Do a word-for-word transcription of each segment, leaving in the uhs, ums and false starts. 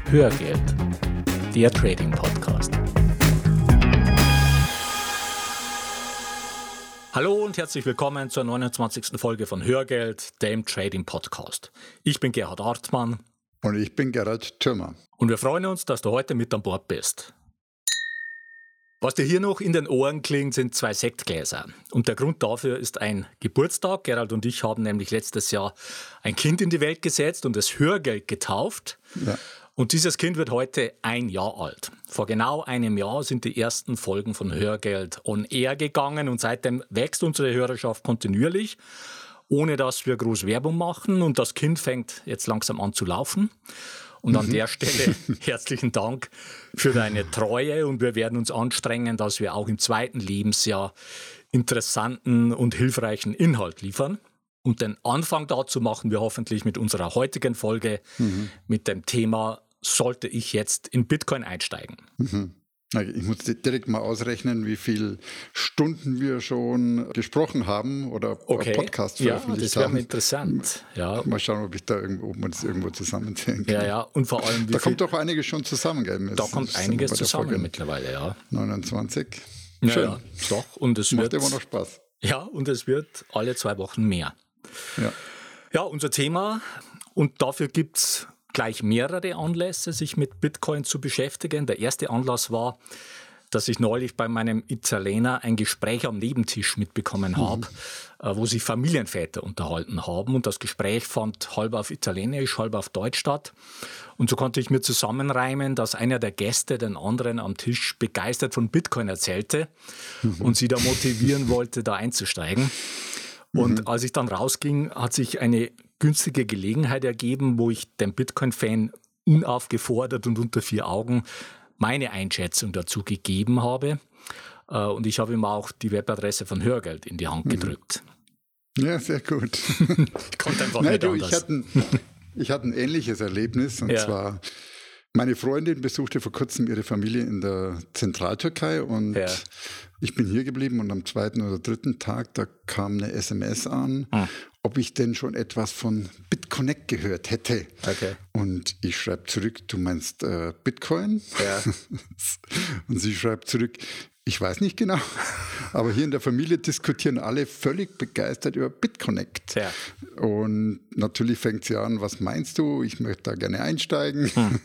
Hörgeld, der Trading-Podcast. Hallo und herzlich willkommen zur neunundzwanzigsten Folge von Hörgeld, dem Trading-Podcast. Ich bin Gerhard Hartmann. Und ich bin Gerhard Thürmer. Und wir freuen uns, dass du heute mit an Bord bist. Was dir hier noch in den Ohren klingt, sind zwei Sektgläser. Und der Grund dafür ist ein Geburtstag. Gerald und ich haben nämlich letztes Jahr ein Kind in die Welt gesetzt und es Hörgeld getauft. Ja. Und dieses Kind wird heute ein Jahr alt. Vor genau einem Jahr sind die ersten Folgen von Hörgeld on Air gegangen und seitdem wächst unsere Hörerschaft kontinuierlich, ohne dass wir groß Werbung machen. Und das Kind fängt jetzt langsam an zu laufen. Und an mhm. der Stelle herzlichen Dank für deine Treue und wir werden uns anstrengen, dass wir auch im zweiten Lebensjahr interessanten und hilfreichen Inhalt liefern. Und den Anfang dazu machen wir hoffentlich mit unserer heutigen Folge mhm. mit dem Thema: Sollte ich jetzt in Bitcoin einsteigen? Mhm. Ich muss direkt mal ausrechnen, wie viele Stunden wir schon gesprochen haben oder okay. Podcast veröffentlicht haben. Ja, das wäre interessant. Ja. Mal schauen, ob, ich da irgendwo, ob man das irgendwo zusammenzählen kann. Ja, ja. Und vor allem, wie da viel, kommt doch einiges schon zusammen, gell? Da das, kommt das einiges zusammen mittlerweile, ja. neunundzwanzig. Ja, Schön. Ja, doch. Und es Macht wird, immer noch Spaß. Ja, und es wird alle zwei Wochen mehr. Ja, ja unser Thema. Und dafür gibt es gleich mehrere Anlässe, sich mit Bitcoin zu beschäftigen. Der erste Anlass war, dass ich neulich bei meinem Italiener ein Gespräch am Nebentisch mitbekommen habe, mhm. wo sich Familienväter unterhalten haben. Und das Gespräch fand halb auf Italienisch, halb auf Deutsch statt. Und so konnte ich mir zusammenreimen, dass einer der Gäste den anderen am Tisch begeistert von Bitcoin erzählte mhm. und sie da motivieren wollte, da einzusteigen. Und mhm. als ich dann rausging, hat sich eine günstige Gelegenheit ergeben, wo ich dem Bitcoin-Fan unaufgefordert und unter vier Augen meine Einschätzung dazu gegeben habe. Und ich habe ihm auch die Webadresse von Hörgeld in die Hand mhm. gedrückt. Ja, sehr gut. Ich konnte einfach Nein, nicht du, anders. Ich hatte, ein, ich hatte ein ähnliches Erlebnis. Und ja. zwar, meine Freundin besuchte vor kurzem ihre Familie in der Zentraltürkei. Und ja. ich bin hier geblieben. Und am zweiten oder dritten Tag, da kam eine S M S an, hm. ob ich denn schon etwas von BitConnect gehört hätte. Okay. Und ich schreibe zurück, du meinst äh, Bitcoin? Ja. Und sie schreibt zurück, ich weiß nicht genau, aber hier in der Familie diskutieren alle völlig begeistert über BitConnect. Ja. Und natürlich fängt sie an, was meinst du? Ich möchte da gerne einsteigen. Hm.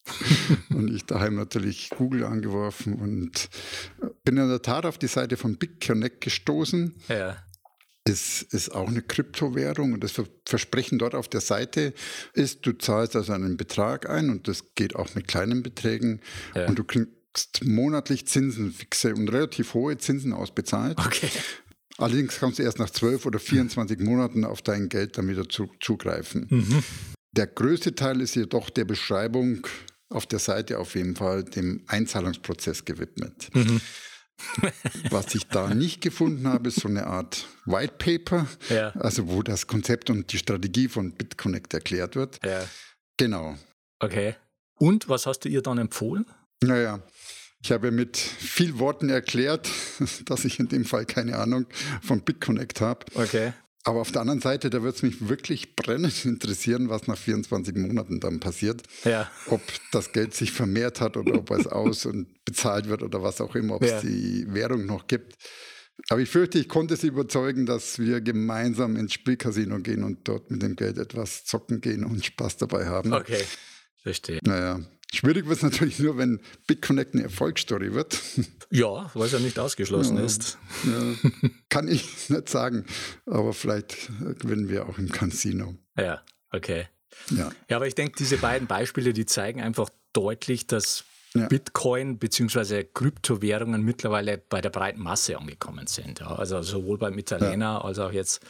Und ich daheim natürlich Google angeworfen und bin in der Tat auf die Seite von BitConnect gestoßen. Ja. Es ist auch eine Kryptowährung und das Versprechen dort auf der Seite ist, du zahlst also einen Betrag ein und das geht auch mit kleinen Beträgen ja. und du kriegst monatlich Zinsen, fixe und relativ hohe Zinsen ausbezahlt. Okay. Allerdings kannst du erst nach zwölf oder vierundzwanzig Monaten auf dein Geld dann wieder zu, zugreifen. Mhm. Der größte Teil ist jedoch der Beschreibung auf der Seite auf jeden Fall dem Einzahlungsprozess gewidmet. Mhm. Was ich da nicht gefunden habe, ist so eine Art White Paper, ja. also wo das Konzept und die Strategie von BitConnect erklärt wird. Ja. Genau. Okay. Und was hast du ihr dann empfohlen? Naja, ich habe mit viel Worten erklärt, dass ich in dem Fall keine Ahnung von BitConnect habe. Okay. Aber auf der anderen Seite, da würde es mich wirklich brennend interessieren, was nach vierundzwanzig Monaten dann passiert. Ja. Ob das Geld sich vermehrt hat oder ob es aus- und bezahlt wird oder was auch immer, ob ja. es die Währung noch gibt. Aber ich fürchte, ich konnte sie überzeugen, dass wir gemeinsam ins Spielcasino gehen und dort mit dem Geld etwas zocken gehen und Spaß dabei haben. Okay, verstehe. Naja. Schwierig wird es natürlich nur, wenn BitConnect eine Erfolgsstory wird. Ja, was ja nicht ausgeschlossen ja, ist. Ja, kann ich nicht sagen, aber vielleicht gewinnen wir auch im Casino. Ja, okay. Ja, ja aber ich denke, diese beiden Beispiele, die zeigen einfach deutlich, dass ja. Bitcoin bzw. Kryptowährungen mittlerweile bei der breiten Masse angekommen sind. Ja, also sowohl beim Italiener ja. als auch jetzt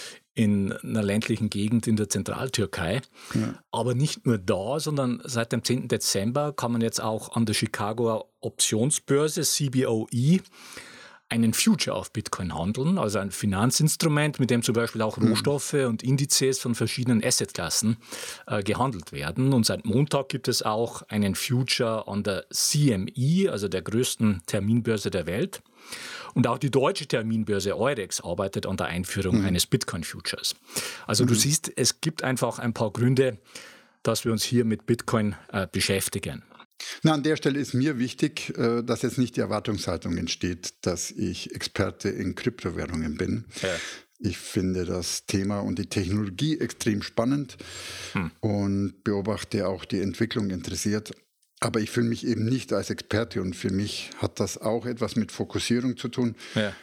in einer ländlichen Gegend in der Zentraltürkei. Ja. Aber nicht nur da, sondern seit dem zehnten Dezember kann man jetzt auch an der Chicagoer Optionsbörse C B O E einen Future auf Bitcoin handeln, also ein Finanzinstrument, mit dem zum Beispiel auch Rohstoffe mhm. und Indizes von verschiedenen Assetklassen äh, gehandelt werden. Und seit Montag gibt es auch einen Future an der C M E, also der größten Terminbörse der Welt. Und auch die deutsche Terminbörse Eurex arbeitet an der Einführung mhm. eines Bitcoin-Futures. Also mhm. du siehst, es gibt einfach ein paar Gründe, dass wir uns hier mit Bitcoin äh, beschäftigen? Na, an der Stelle ist mir wichtig, äh, dass jetzt nicht die Erwartungshaltung entsteht, dass ich Experte in Kryptowährungen bin. Ja. Ich finde das Thema und die Technologie extrem spannend hm. und beobachte auch die Entwicklung interessiert. Aber ich fühle mich eben nicht als Experte und für mich hat das auch etwas mit Fokussierung zu tun. Ja.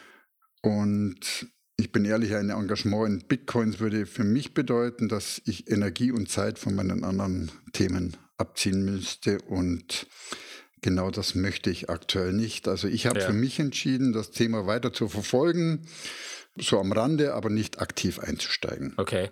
Und ich bin ehrlich, ein Engagement in Bitcoins würde für mich bedeuten, dass ich Energie und Zeit von meinen anderen Themen abziehen müsste und genau das möchte ich aktuell nicht. Also ich habe ja. für mich entschieden, das Thema weiter zu verfolgen, so am Rande, aber nicht aktiv einzusteigen. Okay.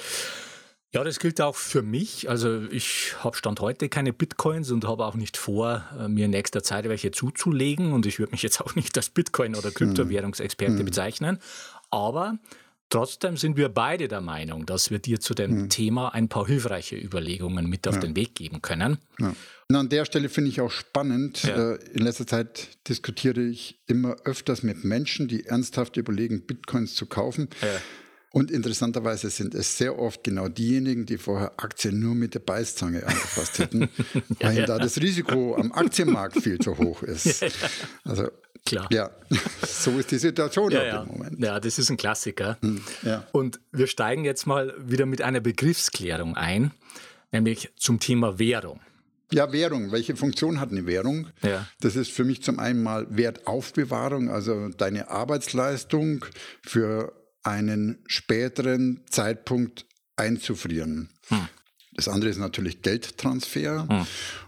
Ja, das gilt auch für mich. Also ich habe Stand heute keine Bitcoins und habe auch nicht vor, mir in nächster Zeit welche zuzulegen. Und ich würde mich jetzt auch nicht als Bitcoin- oder Kryptowährungsexperte hm. bezeichnen. Aber trotzdem sind wir beide der Meinung, dass wir dir zu dem hm. Thema ein paar hilfreiche Überlegungen mit auf ja. den Weg geben können. Ja. Und an der Stelle finde ich auch spannend, ja. in letzter Zeit diskutiere ich immer öfters mit Menschen, die ernsthaft überlegen, Bitcoins zu kaufen. Ja. Und interessanterweise sind es sehr oft genau diejenigen, die vorher Aktien nur mit der Beißzange angefasst hätten, ja, weil ja. da das Risiko am Aktienmarkt viel zu hoch ist. Ja, ja. Also klar. Ja, so ist die Situation ja, auf ja. dem Moment. Ja, das ist ein Klassiker. Hm, ja. Und wir steigen jetzt mal wieder mit einer Begriffsklärung ein, nämlich zum Thema Währung. Ja, Währung. Welche Funktion hat eine Währung? Ja. Das ist für mich zum einen mal Wertaufbewahrung, also deine Arbeitsleistung für einen späteren Zeitpunkt einzufrieren. Hm. Das andere ist natürlich Geldtransfer hm.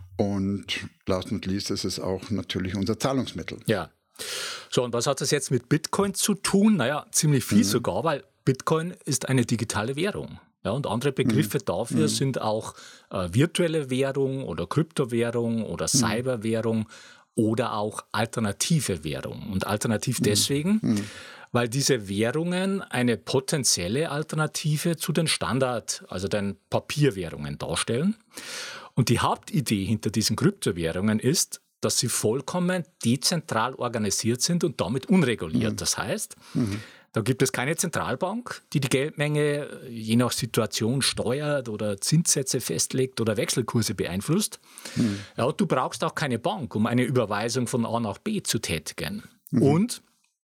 und last not least ist es auch natürlich unser Zahlungsmittel. Ja. So, und was hat das jetzt mit Bitcoin zu tun? Naja, ziemlich viel mhm. sogar, weil Bitcoin ist eine digitale Währung. Ja, und andere Begriffe mhm. dafür mhm. sind auch äh, virtuelle Währung oder Kryptowährung oder Cyberwährung mhm. oder auch alternative Währung. Und alternativ mhm. deswegen, mhm. weil diese Währungen eine potenzielle Alternative zu den Standard-, also den Papierwährungen darstellen. Und die Hauptidee hinter diesen Kryptowährungen ist, dass sie vollkommen dezentral organisiert sind und damit unreguliert. Mhm. Das heißt, mhm. da gibt es keine Zentralbank, die die Geldmenge je nach Situation steuert oder Zinssätze festlegt oder Wechselkurse beeinflusst. Mhm. Ja, und du brauchst auch keine Bank, um eine Überweisung von A nach B zu tätigen. Mhm. Und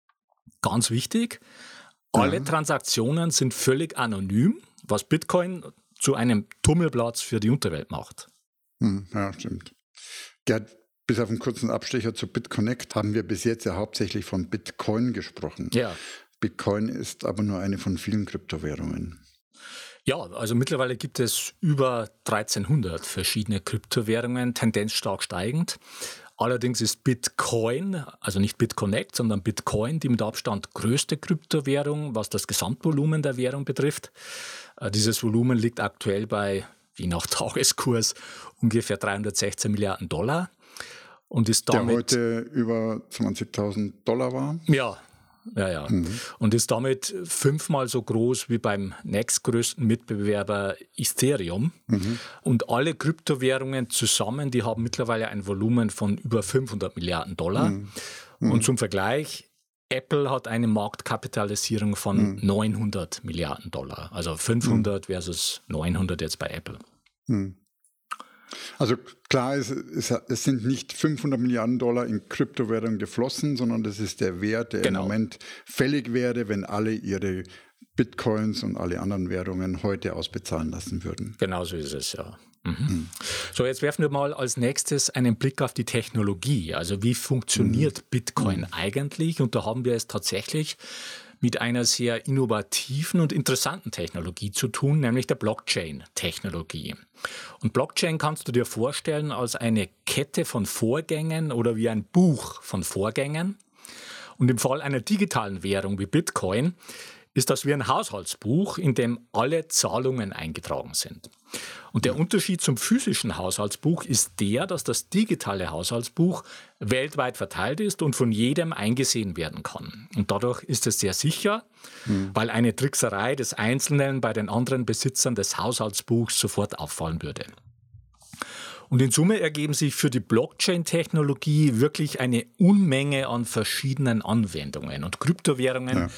ganz wichtig, alle ja. Transaktionen sind völlig anonym, was Bitcoin zu einem Tummelplatz für die Unterwelt macht. Ja, stimmt. Gerd, bis auf einen kurzen Abstecher zu BitConnect haben wir bis jetzt ja hauptsächlich von Bitcoin gesprochen. Ja. Bitcoin ist aber nur eine von vielen Kryptowährungen. Ja, also mittlerweile gibt es über dreizehnhundert verschiedene Kryptowährungen, Tendenz stark steigend. Allerdings ist Bitcoin, also nicht BitConnect, sondern Bitcoin, die mit Abstand größte Kryptowährung, was das Gesamtvolumen der Währung betrifft. Dieses Volumen liegt aktuell bei, wie nach Tageskurs, ungefähr dreihundertsechzehn Milliarden Dollar. Und ist damit, der heute über zwanzigtausend Dollar war? Ja, ja, ja. Mhm. Und ist damit fünfmal so groß wie beim nächstgrößten Mitbewerber Ethereum. Mhm. Und alle Kryptowährungen zusammen, die haben mittlerweile ein Volumen von über fünfhundert Milliarden Dollar. Mhm. Mhm. Und zum Vergleich, Apple hat eine Marktkapitalisierung von mhm. neunhundert Milliarden Dollar. Also fünfhundert mhm. versus neunhundert jetzt bei Apple. Mhm. Also klar, es, es, es sind nicht fünfhundert Milliarden Dollar in Kryptowährungen geflossen, sondern das ist der Wert, der genau. im Moment fällig wäre, wenn alle ihre Bitcoins und alle anderen Währungen heute ausbezahlen lassen würden. Genau so ist es, ja. Mhm. Mhm. So, jetzt werfen wir mal als nächstes einen Blick auf die Technologie. Also wie funktioniert mhm. Bitcoin mhm. eigentlich? Und da haben wir es tatsächlich mit einer sehr innovativen und interessanten Technologie zu tun, nämlich der Blockchain-Technologie. Und Blockchain kannst du dir vorstellen als eine Kette von Vorgängen oder wie ein Buch von Vorgängen. Und im Fall einer digitalen Währung wie Bitcoin ist das wie ein Haushaltsbuch, in dem alle Zahlungen eingetragen sind. Und der Unterschied zum physischen Haushaltsbuch ist der, dass das digitale Haushaltsbuch weltweit verteilt ist und von jedem eingesehen werden kann. Und dadurch ist es sehr sicher, mhm. weil eine Trickserei des Einzelnen bei den anderen Besitzern des Haushaltsbuchs sofort auffallen würde. Und in Summe ergeben sich für die Blockchain-Technologie wirklich eine Unmenge an verschiedenen Anwendungen. Und Kryptowährungen ja.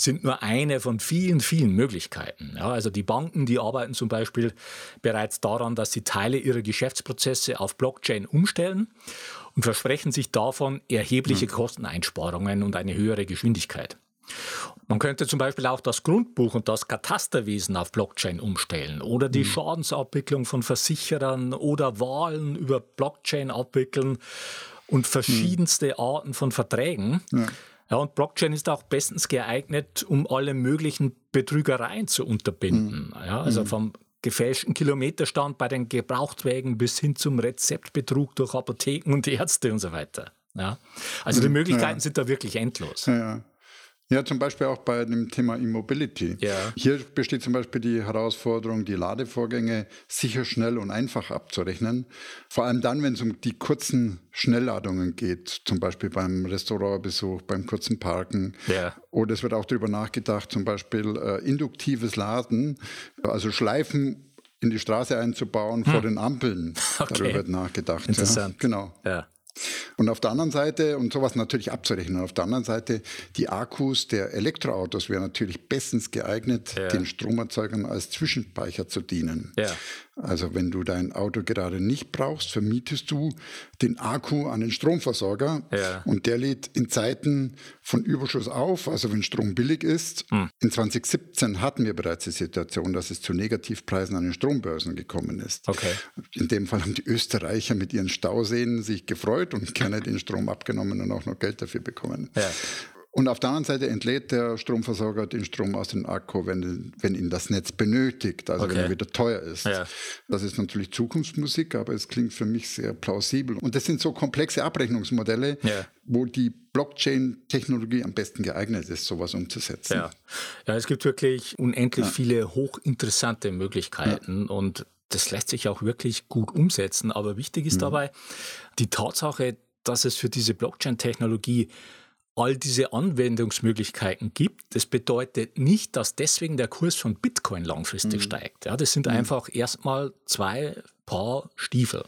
sind nur eine von vielen, vielen Möglichkeiten. Ja, also die Banken, die arbeiten zum Beispiel bereits daran, dass sie Teile ihrer Geschäftsprozesse auf Blockchain umstellen und versprechen sich davon erhebliche Kosteneinsparungen und eine höhere Geschwindigkeit. Man könnte zum Beispiel auch das Grundbuch und das Katasterwesen auf Blockchain umstellen oder die mhm. Schadensabwicklung von Versicherern oder Wahlen über Blockchain abwickeln und verschiedenste mhm. Arten von Verträgen. Ja. Ja, und Blockchain ist auch bestens geeignet, um alle möglichen Betrügereien zu unterbinden. Mhm. Ja, also mhm. vom gefälschten Kilometerstand bei den Gebrauchtwagen bis hin zum Rezeptbetrug durch Apotheken und Ärzte und so weiter. Ja, also die Möglichkeiten ja. sind da wirklich endlos. Ja. Ja, zum Beispiel auch bei dem Thema E-Mobility. Ja. Hier besteht zum Beispiel die Herausforderung, die Ladevorgänge sicher, schnell und einfach abzurechnen. Vor allem dann, wenn es um die kurzen Schnellladungen geht, zum Beispiel beim Restaurantbesuch, beim kurzen Parken. Ja. Oder es wird auch darüber nachgedacht, zum Beispiel äh, induktives Laden, also Schleifen in die Straße einzubauen hm. vor den Ampeln. Okay. Darüber wird nachgedacht. Interessant. Ja, genau. Ja. Und auf der anderen Seite, und sowas natürlich abzurechnen, auf der anderen Seite, die Akkus der Elektroautos wären natürlich bestens geeignet, ja. den Stromerzeugern als Zwischenspeicher zu dienen. Ja. Also wenn du dein Auto gerade nicht brauchst, vermietest du den Akku an den Stromversorger ja. und der lädt in Zeiten von Überschuss auf, also wenn Strom billig ist. Hm. In zwanzig siebzehn hatten wir bereits die Situation, dass es zu Negativpreisen an den Strombörsen gekommen ist. Okay. In dem Fall haben die Österreicher mit ihren Stauseen sich gefreut und gerne den Strom abgenommen und auch noch Geld dafür bekommen. Ja. Und auf der anderen Seite entlädt der Stromversorger den Strom aus dem Akku, wenn, wenn ihn das Netz benötigt, also okay. wenn er wieder teuer ist. Ja. Das ist natürlich Zukunftsmusik, aber es klingt für mich sehr plausibel. Und das sind so komplexe Abrechnungsmodelle, ja. wo die Blockchain-Technologie am besten geeignet ist, sowas umzusetzen. Ja, ja es gibt wirklich unendlich ja. viele hochinteressante Möglichkeiten ja. und das lässt sich auch wirklich gut umsetzen. Aber wichtig ist mhm. dabei die Tatsache, dass es für diese Blockchain-Technologie all diese Anwendungsmöglichkeiten gibt. Das bedeutet nicht, dass deswegen der Kurs von Bitcoin langfristig mhm. steigt. Ja, das sind mhm. einfach erstmal zwei Paar Stiefel.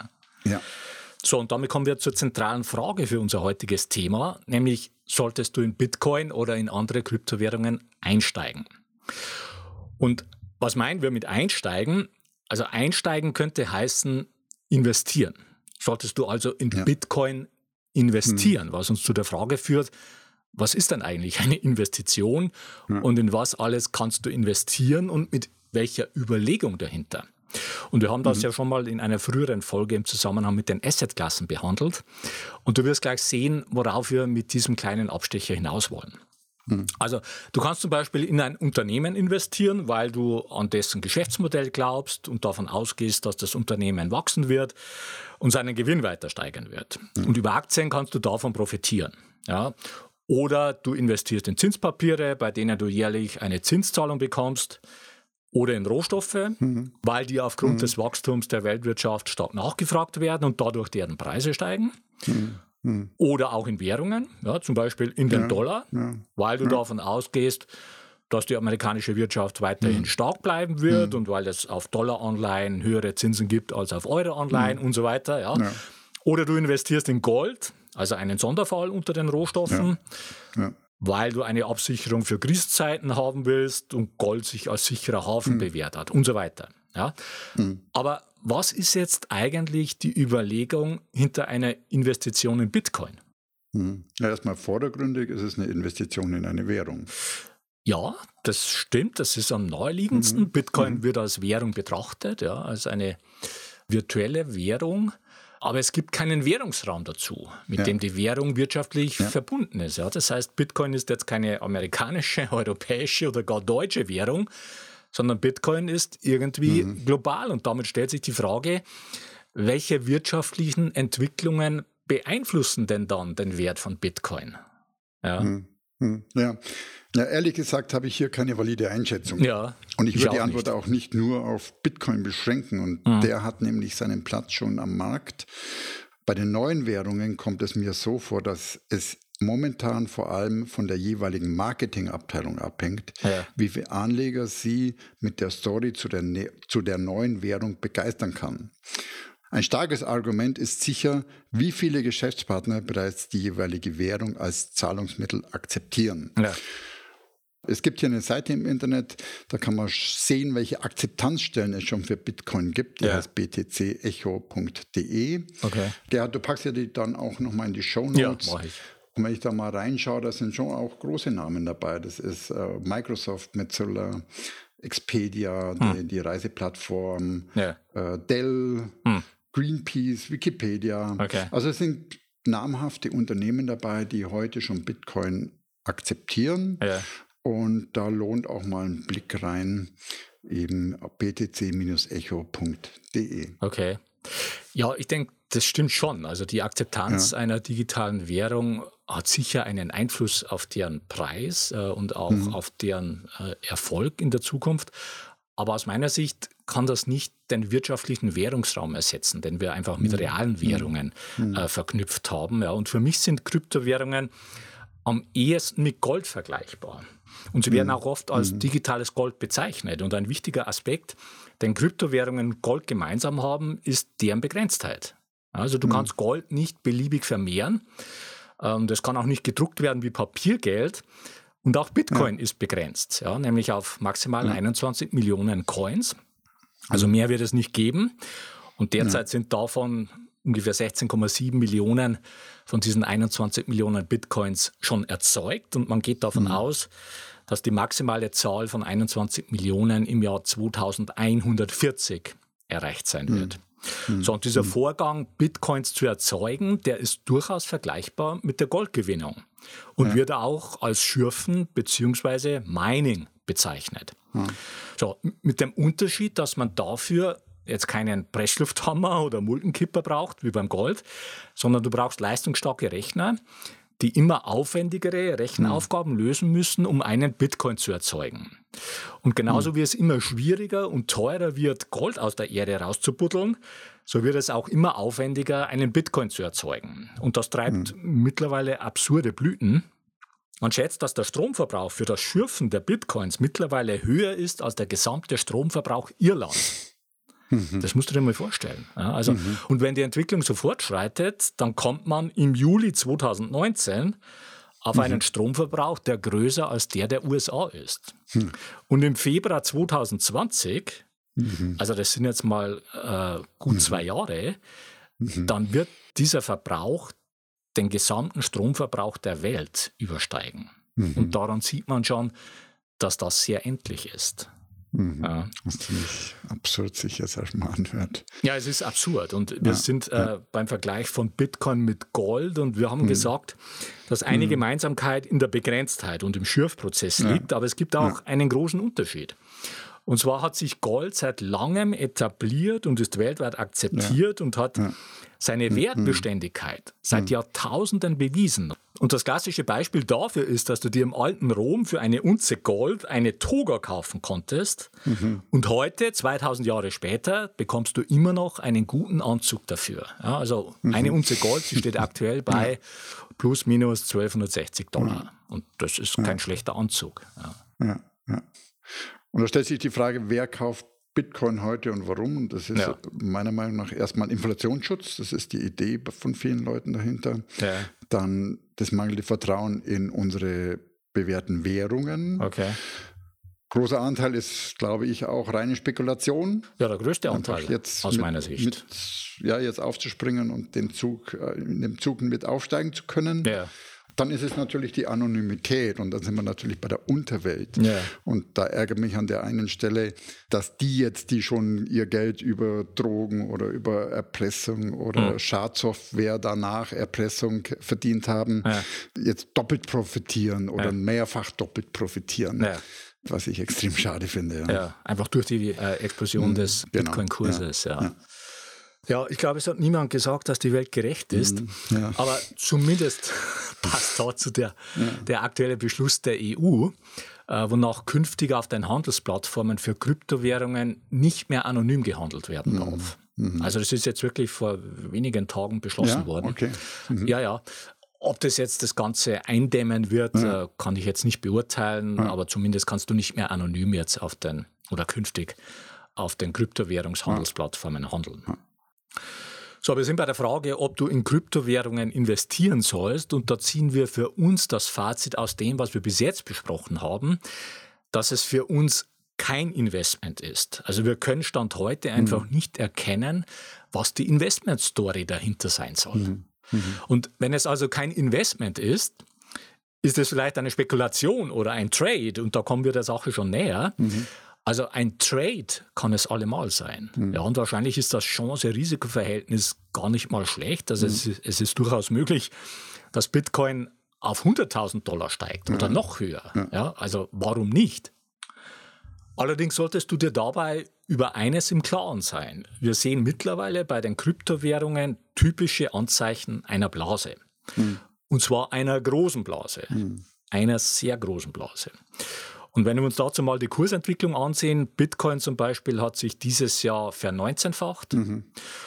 Ja. So, und damit kommen wir zur zentralen Frage für unser heutiges Thema, nämlich solltest du in Bitcoin oder in andere Kryptowährungen einsteigen? Und was meinen wir mit einsteigen? Also einsteigen könnte heißen investieren. Solltest du also in ja. Bitcoin investieren, hm. was uns zu der Frage führt, was ist denn eigentlich eine Investition ja. und in was alles kannst du investieren und mit welcher Überlegung dahinter? Und wir haben das mhm. ja schon mal in einer früheren Folge im Zusammenhang mit den Assetklassen behandelt und du wirst gleich sehen, worauf wir mit diesem kleinen Abstecher hinaus wollen. Also du kannst zum Beispiel in ein Unternehmen investieren, weil du an dessen Geschäftsmodell glaubst und davon ausgehst, dass das Unternehmen wachsen wird und seinen Gewinn weiter steigern wird. Mhm. Und über Aktien kannst du davon profitieren. Ja? Oder du investierst in Zinspapiere, bei denen du jährlich eine Zinszahlung bekommst. Oder in Rohstoffe, mhm. weil die aufgrund mhm. des Wachstums der Weltwirtschaft stark nachgefragt werden und dadurch deren Preise steigen. Mhm. Hm. Oder auch in Währungen, ja, zum Beispiel in den ja, Dollar, ja, weil du ja. davon ausgehst, dass die amerikanische Wirtschaft weiterhin hm. stark bleiben wird hm. und weil es auf Dollaranleihen höhere Zinsen gibt als auf Euroanleihen hm. und so weiter. Ja. Ja. Oder du investierst in Gold, also einen Sonderfall unter den Rohstoffen, ja. Ja. weil du eine Absicherung für Krisenzeiten haben willst und Gold sich als sicherer Hafen hm. bewährt hat und so weiter. Ja. Hm. Aber was ist jetzt eigentlich die Überlegung hinter einer Investition in Bitcoin? Hm. Ja, erstmal vordergründig ist es eine Investition in eine Währung. Ja, das stimmt, das ist am naheliegendsten. Mhm. Bitcoin mhm. wird als Währung betrachtet, ja, als eine virtuelle Währung. Aber es gibt keinen Währungsraum dazu, mit ja. dem die Währung wirtschaftlich ja. verbunden ist. Ja. Das heißt, Bitcoin ist jetzt keine amerikanische, europäische oder gar deutsche Währung, sondern Bitcoin ist irgendwie mhm. global. Und damit stellt sich die Frage, welche wirtschaftlichen Entwicklungen beeinflussen denn dann den Wert von Bitcoin? Ja, mhm. ja. ja ehrlich gesagt habe ich hier keine valide Einschätzung. Ja, und ich würde die auch Antwort nicht. auch nicht nur auf Bitcoin beschränken. Und mhm. der hat nämlich seinen Platz schon am Markt. Bei den neuen Währungen kommt es mir so vor, dass es momentan vor allem von der jeweiligen Marketingabteilung abhängt, ja. wie viele Anleger sie mit der Story zu der, ne- zu der neuen Währung begeistern kann. Ein starkes Argument ist sicher, wie viele Geschäftspartner bereits die jeweilige Währung als Zahlungsmittel akzeptieren. Ja. Es gibt hier eine Seite im Internet, da kann man sehen, welche Akzeptanzstellen es schon für Bitcoin gibt. Die ja. heißt b t c echo punkt d e. Okay. Gerhard, du packst ja die dann auch nochmal in die Shownotes. Ja, mach ich. Und wenn ich da mal reinschaue, da sind schon auch große Namen dabei. Das ist äh, Microsoft, Mozilla, Expedia, hm. die, die Reiseplattform, ja. äh, Dell, hm. Greenpeace, Wikipedia. Okay. Also es sind namhafte Unternehmen dabei, die heute schon Bitcoin akzeptieren. Ja. Und da lohnt auch mal ein Blick rein, eben b t c echo punkt d e. Okay. Ja, ich denke, das stimmt schon. Also die Akzeptanz ja. einer digitalen Währung hat sicher einen Einfluss auf deren Preis äh, und auch mhm. auf deren äh, Erfolg in der Zukunft. Aber aus meiner Sicht kann das nicht den wirtschaftlichen Währungsraum ersetzen, den wir einfach mit realen Währungen mhm. äh, verknüpft haben. Ja. Und für mich sind Kryptowährungen am ehesten mit Gold vergleichbar. Und sie werden auch oft als mhm. digitales Gold bezeichnet. Und ein wichtiger Aspekt, den Kryptowährungen Gold gemeinsam haben, ist deren Begrenztheit. Also du mhm. kannst Gold nicht beliebig vermehren. Das kann auch nicht gedruckt werden wie Papiergeld. Und auch Bitcoin ja. ist begrenzt, ja, nämlich auf maximal ja. einundzwanzig Millionen Coins. Also mehr wird es nicht geben. Und derzeit ja. sind davon ungefähr sechzehn Komma sieben Millionen von diesen einundzwanzig Millionen Bitcoins schon erzeugt. Und man geht davon mhm. aus, dass die maximale Zahl von einundzwanzig Millionen im Jahr zweitausendeinhundertvierzig erreicht sein wird. Mhm. So, und dieser mhm. Vorgang, Bitcoins zu erzeugen, der ist durchaus vergleichbar mit der Goldgewinnung und ja. wird auch als Schürfen bzw. Mining bezeichnet. Mhm. So, mit dem Unterschied, dass man dafür jetzt keinen Presslufthammer oder Muldenkipper braucht, wie beim Gold, sondern du brauchst leistungsstarke Rechner, die immer aufwendigere Rechenaufgaben mhm. lösen müssen, um einen Bitcoin zu erzeugen. Und genauso mhm. wie es immer schwieriger und teurer wird, Gold aus der Erde rauszubuddeln, so wird es auch immer aufwendiger, einen Bitcoin zu erzeugen. Und das treibt mhm. mittlerweile absurde Blüten. Man schätzt, dass der Stromverbrauch für das Schürfen der Bitcoins mittlerweile höher ist als der gesamte Stromverbrauch Irlands. Mhm. Das musst du dir mal vorstellen. Ja, also, mhm. Und wenn die Entwicklung so fortschreitet, dann kommt man im Juli zweitausendneunzehn auf mhm. einen Stromverbrauch, der größer als der der U S A ist. Mhm. Und im Februar zweitausendzwanzig, mhm. also das sind jetzt mal äh, gut mhm. zwei Jahre, mhm. dann wird dieser Verbrauch den gesamten Stromverbrauch der Welt übersteigen. Mhm. Und daran sieht man schon, dass das sehr endlich ist. Mhm. Ja. Was ziemlich absurd sich jetzt erstmal anhört. Ja, es ist absurd. Und wir ja, sind äh, ja. beim Vergleich von Bitcoin mit Gold und wir haben mhm. gesagt, dass eine mhm. Gemeinsamkeit in der Begrenztheit und im Schürfprozess ja. liegt, aber es gibt auch ja. einen großen Unterschied. Und zwar hat sich Gold seit langem etabliert und ist weltweit akzeptiert ja. und hat ja. seine Wertbeständigkeit mhm. seit Jahrtausenden bewiesen. Und das klassische Beispiel dafür ist, dass du dir im alten Rom für eine Unze Gold eine Toga kaufen konntest mhm. und heute, zweitausend Jahre später, bekommst du immer noch einen guten Anzug dafür. Ja, also mhm. eine Unze Gold, die steht aktuell bei plus minus zwölfhundertsechzig Dollar. Mhm. Und das ist kein ja. schlechter Anzug. Ja. Ja, ja. Und da stellt sich die Frage, wer kauft Bitcoin heute und warum? Und das ist ja. meiner Meinung nach erstmal Inflationsschutz. Das ist die Idee von vielen Leuten dahinter. Ja. Dann das mangelnde Vertrauen in unsere bewährten Währungen. Okay. Großer Anteil ist, glaube ich, auch reine Spekulation. Ja, der größte Anteil jetzt aus mit, meiner Sicht. Mit, ja, jetzt aufzuspringen und den Zug, in dem Zug mit aufsteigen zu können. Ja. Dann ist es natürlich die Anonymität und dann sind wir natürlich bei der Unterwelt. Ja. Und da ärgert mich an der einen Stelle, dass die jetzt, die schon ihr Geld über Drogen oder über Erpressung oder mhm. Schadsoftware danach Erpressung verdient haben, ja. jetzt doppelt profitieren oder ja. mehrfach doppelt profitieren. Ja. Was ich extrem schade finde. Ja, ja einfach durch die äh, Explosion mhm. des genau. Bitcoin-Kurses. Ja. Ja. Ja, ich glaube, es hat niemand gesagt, dass die Welt gerecht ist. Ja. Aber zumindest passt dazu der, ja. der aktuelle Beschluss der E U, äh, wonach künftig auf den Handelsplattformen für Kryptowährungen nicht mehr anonym gehandelt werden mhm. darf. Mhm. Also das ist jetzt wirklich vor wenigen Tagen beschlossen ja? worden. Okay. Mhm. Ja, ja. Ob das jetzt das Ganze eindämmen wird, ja. äh, kann ich jetzt nicht beurteilen, ja. aber zumindest kannst du nicht mehr anonym jetzt auf den, oder künftig auf den Kryptowährungshandelsplattformen handeln. Ja. So, wir sind bei der Frage, ob du in Kryptowährungen investieren sollst. Und da ziehen wir für uns das Fazit aus dem, was wir bis jetzt besprochen haben, dass es für uns kein Investment ist. Also wir können Stand heute einfach mhm. nicht erkennen, was die Investment-Story dahinter sein soll. Mhm. Mhm. Und wenn es also kein Investment ist, ist es vielleicht eine Spekulation oder ein Trade. Und da kommen wir der Sache schon näher. Mhm. Also ein Trade kann es allemal sein. Mhm. Ja, und wahrscheinlich ist das Chance-Risiko-Verhältnis gar nicht mal schlecht. Also mhm. es, es ist durchaus möglich, dass Bitcoin auf hunderttausend Dollar steigt oder ja. noch höher. Ja. Ja, also warum nicht? Allerdings solltest du dir dabei über eines im Klaren sein. Wir sehen mittlerweile bei den Kryptowährungen typische Anzeichen einer Blase. Mhm. Und zwar einer großen Blase. Mhm. Einer sehr großen Blase. Und wenn wir uns dazu mal die Kursentwicklung ansehen, Bitcoin zum Beispiel hat sich dieses Jahr verneunzehnfacht. Mhm.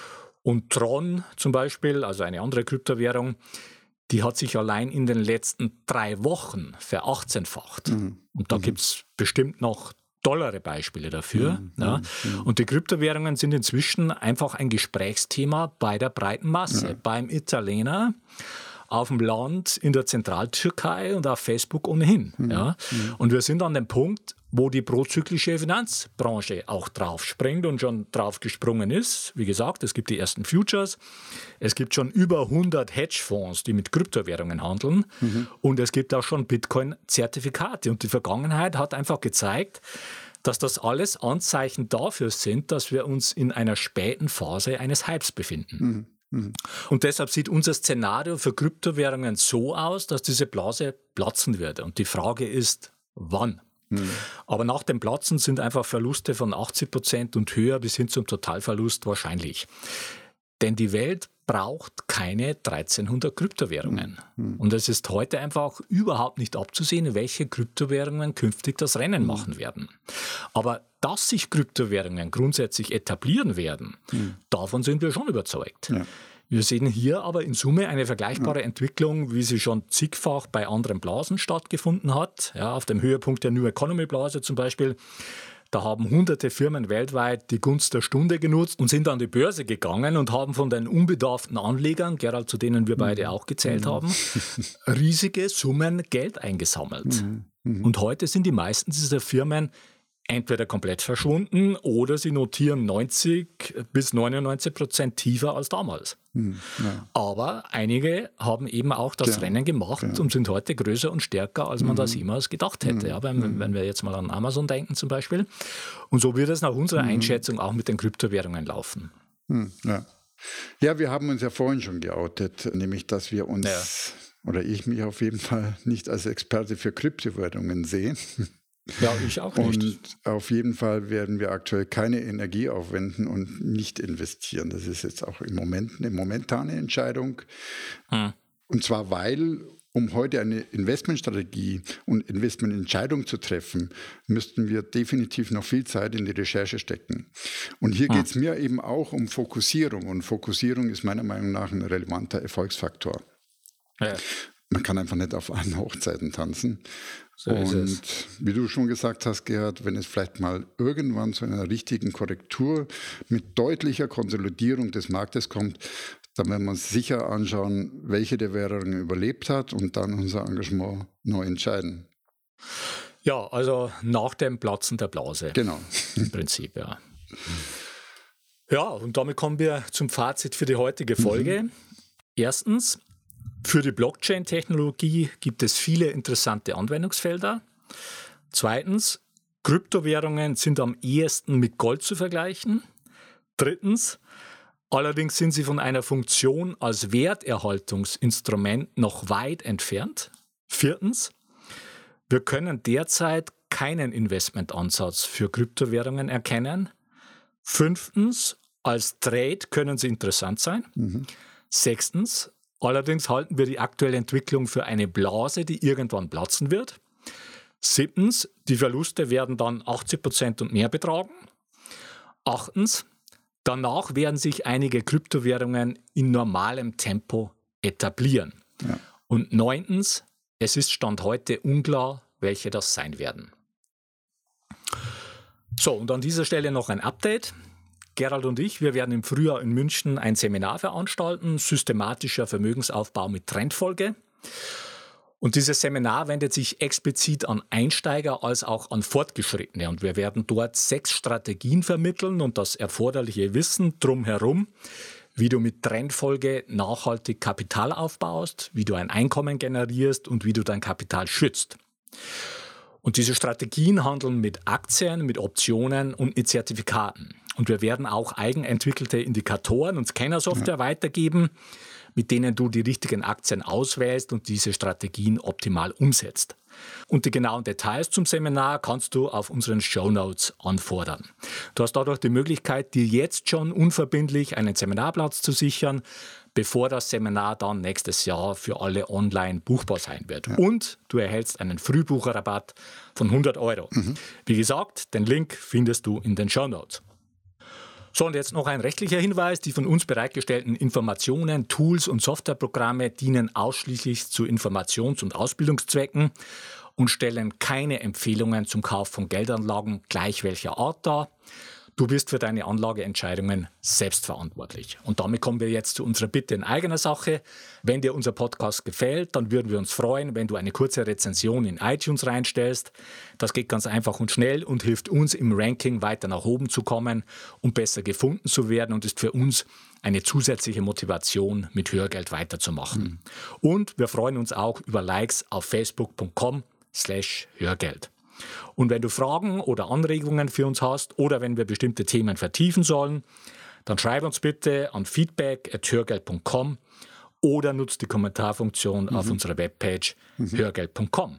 Und Tron zum Beispiel, also eine andere Kryptowährung, die hat sich allein in den letzten drei Wochen verachtzehnfacht. Mhm. Und da mhm. gibt es bestimmt noch tollere Beispiele dafür. Mhm. Ja. Mhm. Und die Kryptowährungen sind inzwischen einfach ein Gesprächsthema bei der breiten Masse, ja. beim Italiener, auf dem Land, in der Zentraltürkei und auf Facebook ohnehin. Mhm. Ja. Mhm. Und wir sind an dem Punkt, wo die prozyklische Finanzbranche auch drauf springt und schon drauf gesprungen ist. Wie gesagt, es gibt die ersten Futures, es gibt schon über hundert Hedgefonds, die mit Kryptowährungen handeln mhm. und es gibt auch schon Bitcoin-Zertifikate. Und die Vergangenheit hat einfach gezeigt, dass das alles Anzeichen dafür sind, dass wir uns in einer späten Phase eines Hypes befinden. Mhm. Mhm. Und deshalb sieht unser Szenario für Kryptowährungen so aus, dass diese Blase platzen wird. Und die Frage ist, wann? Mhm. Aber nach dem Platzen sind einfach Verluste von achtzig Prozent und höher bis hin zum Totalverlust wahrscheinlich. Denn die Welt braucht keine dreizehnhundert Kryptowährungen. Mhm. Und es ist heute einfach überhaupt nicht abzusehen, welche Kryptowährungen künftig das Rennen mhm. machen werden. Aber dass sich Kryptowährungen grundsätzlich etablieren werden, mhm. davon sind wir schon überzeugt. Ja. Wir sehen hier aber in Summe eine vergleichbare ja. Entwicklung, wie sie schon zigfach bei anderen Blasen stattgefunden hat. Ja, auf dem Höhepunkt der New Economy Blase zum Beispiel, da haben hunderte Firmen weltweit die Gunst der Stunde genutzt und sind an die Börse gegangen und haben von den unbedarften Anlegern, Gerald, zu denen wir beide mhm. auch gezählt mhm. haben, riesige Summen Geld eingesammelt. Mhm. Mhm. Und heute sind die meisten dieser Firmen entweder komplett verschwunden oder sie notieren neunzig bis neunundneunzig Prozent tiefer als damals. Hm, ja. Aber einige haben eben auch das ja, Rennen gemacht ja. und sind heute größer und stärker, als man mhm. das jemals gedacht hätte. Ja, wenn, mhm. wenn wir jetzt mal an Amazon denken zum Beispiel. Und so wird es nach unserer mhm. Einschätzung auch mit den Kryptowährungen laufen. Mhm, ja. ja, wir haben uns ja vorhin schon geoutet, nämlich dass wir uns, ja. oder ich mich auf jeden Fall nicht als Experte für Kryptowährungen sehe. Ja, ich auch nicht. Und auf jeden Fall werden wir aktuell keine Energie aufwenden und nicht investieren. Das ist jetzt auch im Moment eine momentane Entscheidung. Hm. Und zwar, weil, um heute eine Investmentstrategie und Investmententscheidung zu treffen, müssten wir definitiv noch viel Zeit in die Recherche stecken. Und hier hm. geht es mir eben auch um Fokussierung. Und Fokussierung ist meiner Meinung nach ein relevanter Erfolgsfaktor. Ja. Man kann einfach nicht auf allen Hochzeiten tanzen. So und wie du schon gesagt hast, Gerhard, wenn es vielleicht mal irgendwann zu einer richtigen Korrektur mit deutlicher Konsolidierung des Marktes kommt, dann werden wir uns sicher anschauen, welche der Währungen überlebt hat und dann unser Engagement neu entscheiden. Ja, also nach dem Platzen der Blase. Genau. Im Prinzip, ja. Ja, und damit kommen wir zum Fazit für die heutige Folge. Mhm. Erstens, für die Blockchain-Technologie gibt es viele interessante Anwendungsfelder. Zweitens, Kryptowährungen sind am ehesten mit Gold zu vergleichen. Drittens, allerdings sind sie von einer Funktion als Werterhaltungsinstrument noch weit entfernt. Viertens, wir können derzeit keinen Investmentansatz für Kryptowährungen erkennen. Fünftens, als Trade können sie interessant sein. Mhm. Sechstens, allerdings halten wir die aktuelle Entwicklung für eine Blase, die irgendwann platzen wird. Siebtens, die Verluste werden dann achtzig Prozent und mehr betragen. Achtens, danach werden sich einige Kryptowährungen in normalem Tempo etablieren. Ja. Und neuntens, es ist Stand heute unklar, welche das sein werden. So, und an dieser Stelle noch ein Update. Gerald und ich, wir werden im Frühjahr in München ein Seminar veranstalten, systematischer Vermögensaufbau mit Trendfolge. Und dieses Seminar wendet sich explizit an Einsteiger als auch an Fortgeschrittene. Und wir werden dort sechs Strategien vermitteln und das erforderliche Wissen drumherum, wie du mit Trendfolge nachhaltig Kapital aufbaust, wie du ein Einkommen generierst und wie du dein Kapital schützt. Und diese Strategien handeln mit Aktien, mit Optionen und mit Zertifikaten. Und wir werden auch eigenentwickelte Indikatoren und Scanner-Software ja. weitergeben, mit denen du die richtigen Aktien auswählst und diese Strategien optimal umsetzt. Und die genauen Details zum Seminar kannst du auf unseren Shownotes anfordern. Du hast dadurch die Möglichkeit, dir jetzt schon unverbindlich einen Seminarplatz zu sichern, bevor das Seminar dann nächstes Jahr für alle online buchbar sein wird. Ja. Und du erhältst einen Frühbucherrabatt von hundert Euro. Mhm. Wie gesagt, den Link findest du in den Shownotes. So, und jetzt noch ein rechtlicher Hinweis. Die von uns bereitgestellten Informationen, Tools und Softwareprogramme dienen ausschließlich zu Informations- und Ausbildungszwecken und stellen keine Empfehlungen zum Kauf von Geldanlagen gleich welcher Art dar. Du bist für deine Anlageentscheidungen selbstverantwortlich. Und damit kommen wir jetzt zu unserer Bitte in eigener Sache. Wenn dir unser Podcast gefällt, dann würden wir uns freuen, wenn du eine kurze Rezension in iTunes reinstellst. Das geht ganz einfach und schnell und hilft uns im Ranking weiter nach oben zu kommen und besser gefunden zu werden und ist für uns eine zusätzliche Motivation, mit Hörgeld weiterzumachen. Mhm. Und wir freuen uns auch über Likes auf facebook punkt com slash Hörgeld. Und wenn du Fragen oder Anregungen für uns hast oder wenn wir bestimmte Themen vertiefen sollen, dann schreib uns bitte an feedback at hörgeld punkt com oder nutzt die Kommentarfunktion mhm. auf unserer Webpage mhm. hörgeld punkt com.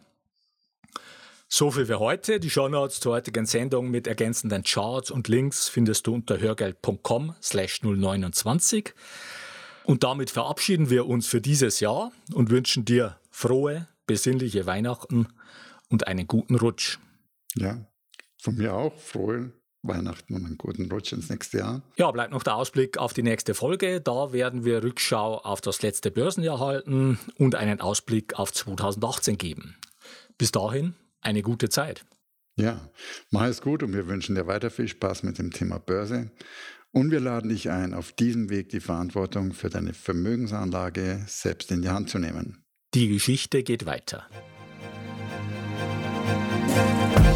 So viel für heute. Die Shownotes zur heutigen Sendung mit ergänzenden Charts und Links findest du unter hörgeld punkt com slash null neunundzwanzig. Und damit verabschieden wir uns für dieses Jahr und wünschen dir frohe, besinnliche Weihnachten und einen guten Rutsch. Ja, von mir auch. Frohe Weihnachten und einen guten Rutsch ins nächste Jahr. Ja, bleibt noch der Ausblick auf die nächste Folge. Da werden wir Rückschau auf das letzte Börsenjahr halten und einen Ausblick auf zweitausendachtzehn geben. Bis dahin eine gute Zeit. Ja, mach es gut und wir wünschen dir weiter viel Spaß mit dem Thema Börse. Und wir laden dich ein, auf diesem Weg die Verantwortung für deine Vermögensanlage selbst in die Hand zu nehmen. Die Geschichte geht weiter. Thank you.